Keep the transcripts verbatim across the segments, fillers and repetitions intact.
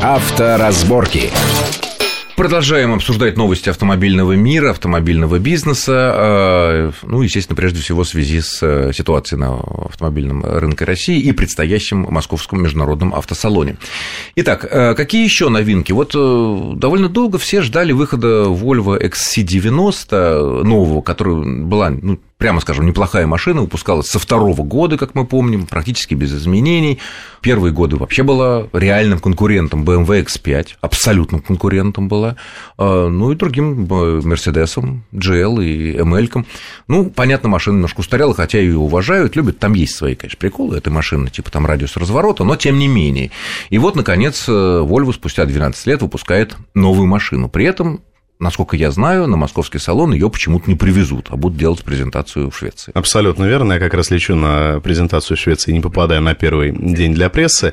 Авторазборки. Продолжаем обсуждать новости автомобильного мира, автомобильного бизнеса, ну, естественно, прежде всего в связи с ситуацией на автомобильном рынке России и предстоящим Московском международном автосалоне. Итак, какие еще новинки? Вот довольно долго все ждали выхода Volvo икс си девяносто нового, который была, ну, прямо скажем, неплохая машина, выпускалась со второго года, как мы помним, практически без изменений. Первые годы вообще была реальным конкурентом бэ эм вэ икс пять, абсолютным конкурентом была, ну и другим Мерседесом, джи эл и эм эль-кам. Ну, понятно, машина немножко устарела, хотя ее уважают, любят, там есть свои, конечно, приколы этой машины, типа там радиус разворота, но тем не менее. И вот, наконец, Volvo спустя двенадцать лет выпускает новую машину. При этом, насколько я знаю, на московский салон ее почему-то не привезут, а будут делать презентацию в Швеции. Абсолютно верно. Я как раз лечу на презентацию в Швеции, не попадая на первый день для прессы.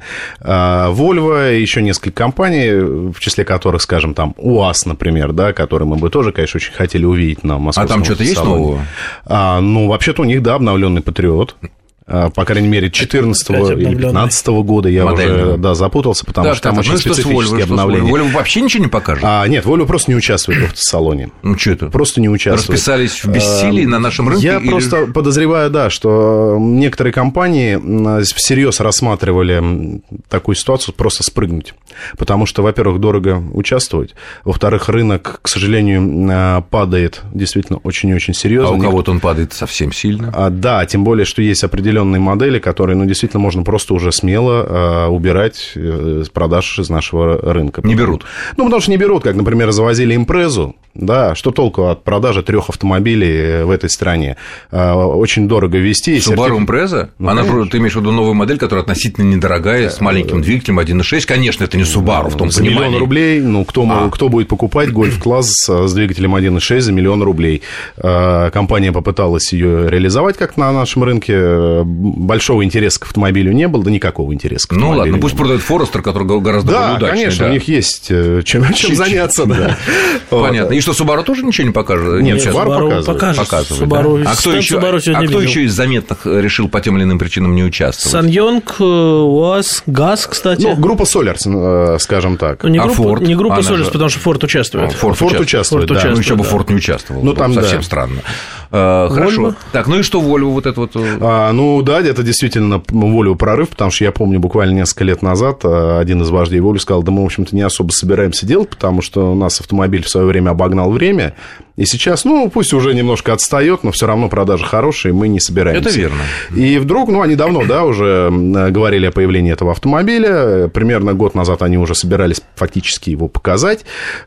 Volvo, еще несколько компаний, в числе которых, скажем, там УАЗ, например, да, который мы бы тоже, конечно, очень хотели увидеть на московском салоне. А там что-то есть нового? А, ну, вообще-то у них, да, обновленный Патриот. По крайней мере, четырнадцатого или пятнадцатого года я модельный. уже да, запутался, потому да, что там очень ну, специфические обновления. Volvo вообще ничего не покажет? А, нет, Volvo просто не участвует в автосалоне. Ну, что это? Просто не участвует. Расписались в бессилии а, на нашем рынке? Я или... просто подозреваю, да, что некоторые компании всерьез рассматривали такую ситуацию просто спрыгнуть. Потому что, во-первых, дорого участвовать, во-вторых, рынок, к сожалению, падает действительно очень и очень серьезно. А у кого-то он падает совсем сильно? А, да, тем более, что есть определенные модели, которые, ну, действительно, можно просто уже смело э, убирать э, с продаж из нашего рынка. Не берут? Ну, потому что не берут, как, например, завозили импрезу, да, что толку от продажи трех автомобилей в этой стране? Э, очень дорого везти. Subaru Impreza? Ну, она же, ты имеешь в виду новую модель, которая относительно недорогая, с маленьким двигателем один и шесть, конечно, это не Subaru в том за понимании. Миллион рублей, ну, кто, а. кто будет покупать Golf-класс с двигателем один и шесть за миллион рублей? Э, компания попыталась ее реализовать как на нашем рынке. Большого интереса к автомобилю не было, да никакого интереса к автомобилю. Ну ладно, пусть продают Форестер, который гораздо да, более удачный. Конечно, да, конечно, у них есть чем, чем заняться. Да. Понятно. И что, Subaru тоже ничего не покажет? Нет, Subaru показывает. показывает Subaru, да? А кто, еще, а кто еще из заметных решил по тем или иным причинам не участвовать? SsangYong, УАЗ, ГАЗ, кстати. Ну, группа Solers, скажем так. Ну, не а группа, Ford? Не группа Solers, же... потому что Ford участвует. Ford, Ford участвует, Ford да. участвует, ну, еще бы Ford да. не участвовал. Ну, там, совсем да. странно. А, хорошо. Так, ну и что Volvo вот это вот? А, ну, да, это действительно Volvo прорыв, потому что я помню, буквально несколько лет назад один из вождей Volvo сказал, да мы, в общем-то, не особо собираемся делать, потому что у нас автомобиль в свое время обогнал время, и сейчас, ну, пусть уже немножко отстает, но все равно продажи хорошие, мы не собираемся. Это верно. И вдруг, ну, они давно, да, уже говорили о появлении этого автомобиля, примерно год назад они уже собирались фактически его показать,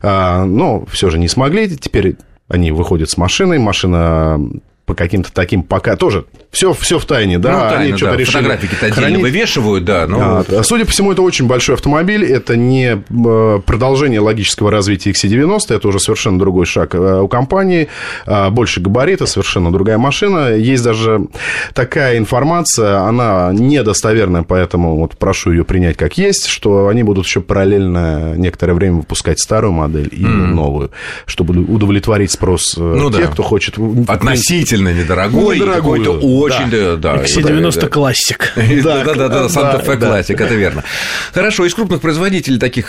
но все же не смогли, теперь они выходят с машиной, машина... по каким-то таким пока тоже все, все в тайне, да, ну, тайна, они что-то да. решили Фотографики-то отдельно вывешивают, да. Но... А, судя по всему, это очень большой автомобиль, это не продолжение логического развития икс си девяносто, это уже совершенно другой шаг у компании, больше габарита, совершенно другая машина. Есть даже такая информация, она недостоверная, поэтому вот прошу ее принять как есть, что они будут еще параллельно некоторое время выпускать старую модель и mm. новую, чтобы удовлетворить спрос ну, тех, да. кто хочет... Относительно недорогой, какой-то очень, да, да. икс си девяносто классик. Да-да-да, Санта-Фе классик, это верно. Хорошо, из крупных производителей таких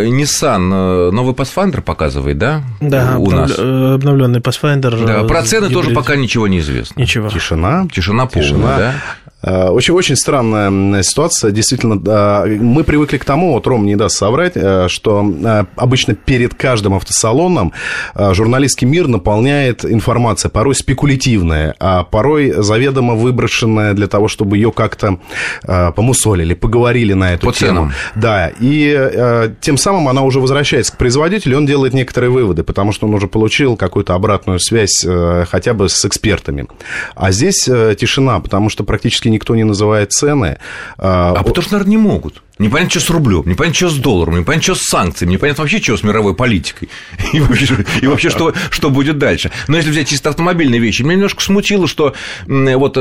Nissan новый Pathfinder показывает, да? Да, у нас обновленный Pathfinder. Да, про цены тоже пока ничего не известно. Ничего. Тишина. Тишина полная, да? Очень-очень странная ситуация. Действительно, мы привыкли к тому, вот Ром не даст соврать, что обычно перед каждым автосалоном журналистский мир наполняет информация, порой спекулятивная, а порой заведомо выброшенная для того, чтобы ее как-то помусолили, поговорили на эту по тему. Ценам. Да, и тем самым она уже возвращается к производителю, и он делает некоторые выводы, потому что он уже получил какую-то обратную связь хотя бы с экспертами. А здесь тишина, потому что практически никто не называет цены. А потому что, наверное, не могут. Непонятно, что с рублем, непонятно, что с долларом, непонятно, что с санкциями, непонятно вообще, что с мировой политикой. И вообще, и вообще что, что будет дальше. Но если взять чисто автомобильные вещи, меня немножко смутило, что вот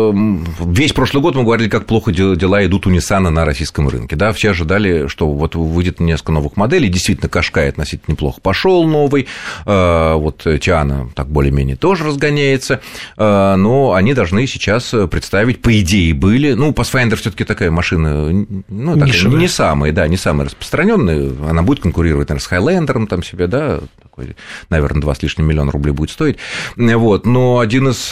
весь прошлый год мы говорили, как плохо дела идут у Ниссана на российском рынке. Да? Все ожидали, что вот выйдет несколько новых моделей. Действительно, Кашкай относительно неплохо пошел новый. Вот Тиана так более-менее тоже разгоняется. Но они должны сейчас представить, по идее, были. Ну, Pathfinder все-таки такая машина. Ну, так, не самые, да, не самые распространенные. Она будет конкурировать, наверное, с Хайлендером там себе, да, такой, наверное, два с лишним миллиона рублей будет стоить. Вот. Но один из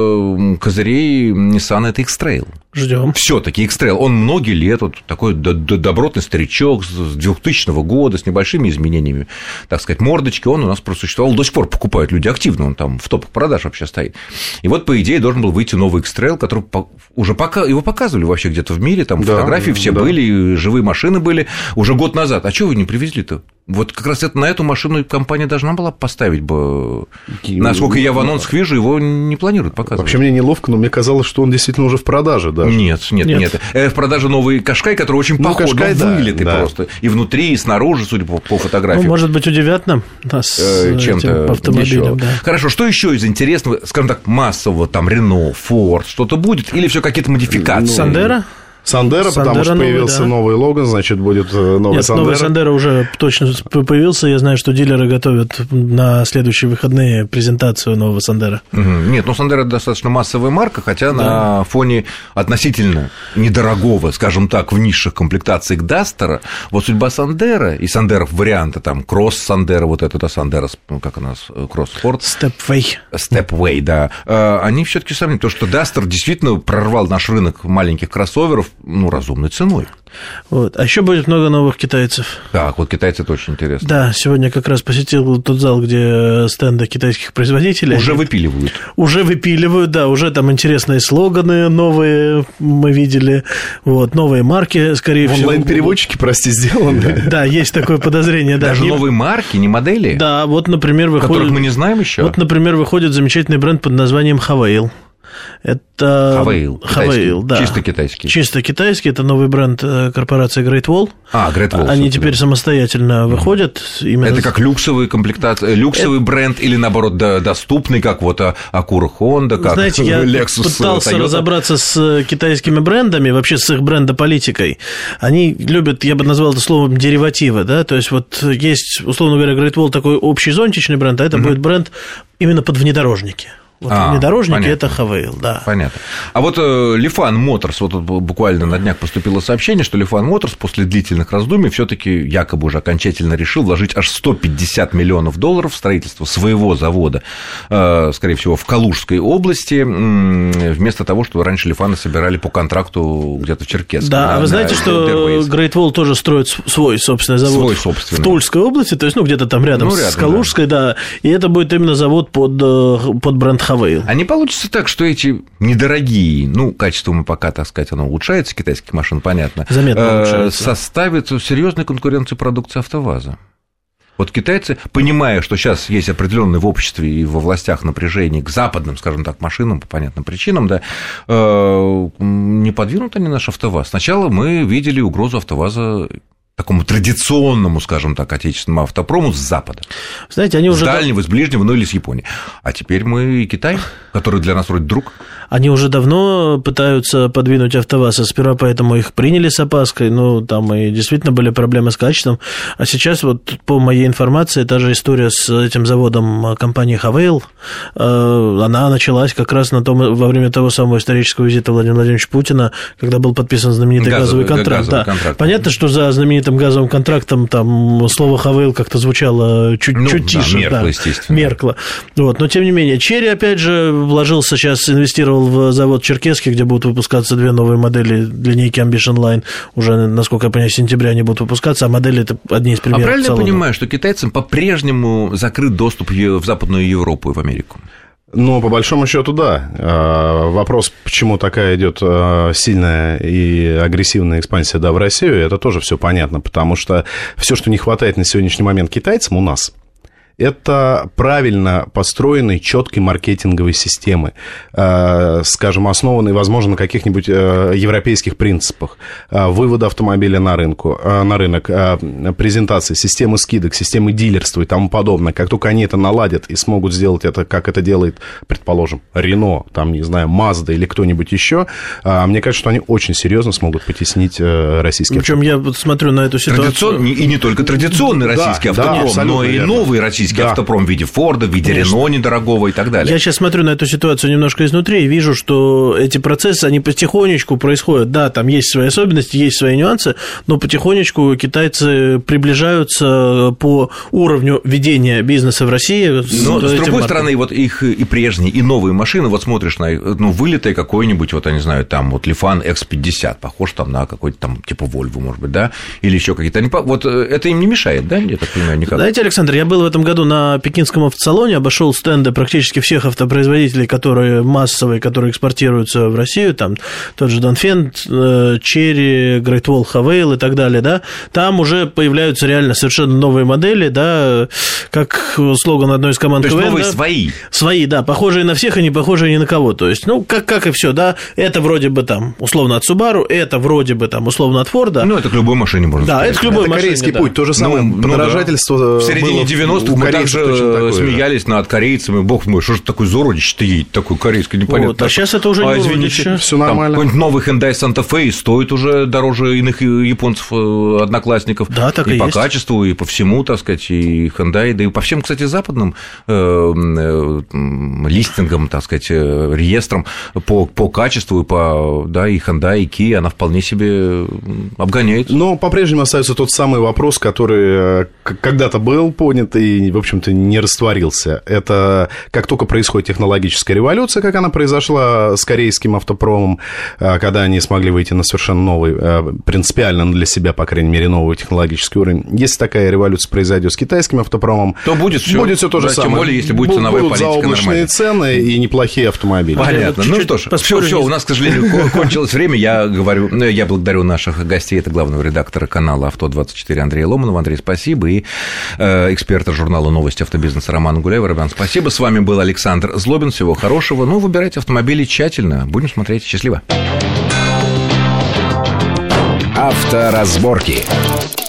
козырей Nissan – это X-Trail. Ждем. Все-таки X-Trail. Он многие лет, вот такой добротный старичок с двухтысячного года, с небольшими изменениями, так сказать, мордочки, он у нас просуществовал, до сих пор покупают люди активно, он там в топах продаж вообще стоит. И вот, по идее, должен был выйти новый X-Trail, который уже пока... его показывали вообще где-то в мире, там да, фотографии все да. были, живые машины были уже год назад. А чего вы не привезли-то? Вот как раз это, на эту машину компания должна была поставить бы. Насколько я в анонсах вижу, его не планируют показывать. Вообще мне неловко, но мне казалось, что он действительно уже в продаже даже. Нет, нет, нет. нет. Это в продаже новый Кашкай, который очень ну, похож, Кашкай, да, вылитый да. просто. И внутри, и снаружи, судя по, по фотографии. Ну, может быть, удивят нам нас э, чем-то автомобилем. Да. Хорошо, что еще из интересного, скажем так, массового, там, Рено, Форд, что-то будет? Или все какие-то модификации? Сандеро? Сандеро, потому что новый, появился да. новый Логан, значит, будет новый Нет, Сандеро. Новый Сандеро уже точно появился. Я знаю, что дилеры готовят на следующие выходные презентацию нового Сандеро. Угу. Нет, ну Сандеро достаточно массовая марка, хотя да. на фоне относительно недорогого, скажем так, в низших комплектациях Дастера, вот судьба Сандеро и Сандеров варианты, там, Кросс Сандеро, вот это, да, Сандеро, как у нас, Кросс Спорт. Степвей. Степвей, да. Они все-таки сомнительны, потому что Дастер действительно прорвал наш рынок маленьких кроссоверов, ну, разумной ценой. Вот. А еще будет много новых китайцев. Так, вот китайцы это очень интересно. Да, сегодня как раз посетил тот зал, где стенды китайских производителей. Уже выпиливают. Уже выпиливают, да, уже там интересные слоганы новые мы видели, вот, новые марки, скорее всего. Онлайн-переводчики, прости, сделаны. Да, есть такое подозрение. Даже новые марки, не модели? Да, вот, например, выходит... Которых мы не знаем еще. Вот, например, выходит замечательный бренд под названием Havail. Это Хавейл, Havail, да. Чисто китайский. Чисто китайский. Это новый бренд корпорации Great Wall. А, Great Wall. Они теперь самостоятельно выходят. Именно... Это как люксовый комплектация, люксовый это... бренд или, наоборот, доступный, как вот Acura Honda, как Знаете, я Lexus, пытался Toyota. разобраться с китайскими брендами, вообще с их брендополитикой. Они любят, я бы назвал это словом, деривативы, да, то есть вот есть, условно говоря, Great Wall такой общий зонтичный бренд, а это mm-hmm. будет бренд именно под внедорожники. Вот а, внедорожники понятно. Это Havail, да. Понятно. А вот Lifan Motors, вот тут буквально на днях поступило сообщение, что Lifan Motors после длительных раздумий все-таки якобы уже окончательно решил вложить аж сто пятьдесят миллионов долларов в строительство своего завода, скорее всего, в Калужской области, вместо того, что раньше Lifan собирали по контракту где-то в Черкесске. Да, на, а вы знаете, что Great Wall тоже строит свой собственный завод свой собственный. В Тульской области, то есть, ну, где-то там рядом, ну, рядом с Калужской, да. да, и это будет именно завод под, под бренд Havail. А не получится так, что эти недорогие, ну, качество мы пока, так сказать, оно улучшается, китайских машин, понятно, заметно улучшается, составит серьезную конкуренцию продукции АвтоВАЗа. Вот китайцы, понимая, что сейчас есть определенное в обществе и во властях напряжение к западным, скажем так, машинам по понятным причинам, да, не подвинут они наш АвтоВАЗ. Сначала мы видели угрозу АвтоВАЗа такому традиционному, скажем так, отечественному автопрому с запада. Знаете, они уже... С дальнего, с ближнего, ну или с Японии. А теперь мы и Китай, который для нас вроде друг. Они уже давно пытаются подвинуть АвтоВАЗ, а сперва поэтому их приняли с опаской, ну, там и действительно были проблемы с качеством. А сейчас, вот по моей информации, та же история с этим заводом компании Havail, она началась как раз на том, во время того самого исторического визита Владимира Владимировича Путина, когда был подписан знаменитый газовый, газовый контракт. Газовый да. контракт. Понятно, что за знаменитым газовым контрактом там слово Havail как-то звучало чуть, ну, чуть да, тише. Меркло, да, естественно. Меркло. Вот. Но, тем не менее, Черри, опять же, вложился сейчас, инвестировал в завод Черкесский, где будут выпускаться две новые модели линейки Ambition Line. Уже, насколько я понимаю, в сентябре они будут выпускаться, а модели – это одни из примеров. А правильно я понимаю, что китайцам по-прежнему закрыт доступ в Западную Европу и в Америку? Ну, по большому счету, да. Вопрос, почему такая идет сильная и агрессивная экспансия, да, в Россию, это тоже все понятно, потому что все, что не хватает на сегодняшний момент китайцам у нас, это правильно построенной, четкой маркетинговой системы, скажем, основанной, возможно, на каких-нибудь европейских принципах вывода автомобиля на, рынку, на рынок, презентации, системы скидок, системы дилерства и тому подобное. Как только они это наладят и смогут сделать это, как это делает, предположим, Рено, там, не знаю, Мазда или кто-нибудь еще, мне кажется, что они очень серьезно смогут потеснить российский автопром. Причем я вот смотрю на эту ситуацию. Традицион... И не только традиционный российский да, автопром, да, но и верно. новый российский российский да. автопром в виде Форда, в виде Конечно. Рено недорогого и так далее. Я сейчас смотрю на эту ситуацию немножко изнутри и вижу, что эти процессы, они потихонечку происходят. Да, там есть свои особенности, есть свои нюансы, но потихонечку китайцы приближаются по уровню ведения бизнеса в России. Но, с другой маркам. стороны, вот их и прежние, и новые машины, вот смотришь на, ну, вылитый какой-нибудь, вот, я не знаю, там, вот, Лифан икс пятьдесят, похож там на какой-то там, типа, Volvo, может быть, да, или еще какие-то, вот, это им не мешает, да, я так понимаю, никак? Знаете, Александр, я был в этом году на пекинском автосалоне, обошел стенды практически всех автопроизводителей, которые массовые, которые экспортируются в Россию, там, тот же Донфен, Черри, Great Wall, Хавейл и так далее, да, там уже появляются реально совершенно новые модели, да, как слоган одной из команд КВН. То есть новые да, свои? Свои, да, похожие на всех и не похожие ни на кого, то есть, ну, как, как и все, да, это вроде бы там условно от Subaru, это вроде бы там условно от Форда. Ну, это к любой машине можно да, сказать. Это к любой это машине, корейский да. путь, то же самое ну, подорожательство. Ну, да. В середине девяностых мы также смеялись да. над корейцами, бог мой, что же такое за уродище-то едет, такой корейский, непонятно. Вот, а сейчас это уже а, не извините, все нормально. Какой-нибудь новый Hyundai Santa Fe стоит уже дороже иных японцев, одноклассников. Да, так и, и по есть. качеству, и по всему, так сказать, и Hyundai, да и по всем, кстати, западным э, э, листингам, так сказать, реестрам по, по качеству, и по, да, и Hyundai, и Kia, она вполне себе обгоняет. Но по-прежнему остается тот самый вопрос, который когда-то был поднят и, в общем-то, не растворился. Это как только происходит технологическая революция, как она произошла с корейским автопромом, когда они смогли выйти на совершенно новый, принципиально для себя, по крайней мере, новый технологический уровень. Если такая революция произойдет с китайским автопромом, то будет все, будет все то же да, самое. Тем более, если будет ценовая будут политика заоблачные нормальная. цены и неплохие автомобили. Понятно. Ну что ж, все, все, у нас, к сожалению, кончилось время. Я говорю, я благодарю наших гостей. Это главного редактора канала «Авто двадцать четыре» Андрея Ломанова. Андрей, спасибо. И э, эксперта журнала «Новости автобизнеса» Роман Гуляева. Роман, спасибо. С вами был Александр Злобин. Всего хорошего. Ну, выбирайте автомобили тщательно. Будем смотреть. Счастливо. Авторазборки.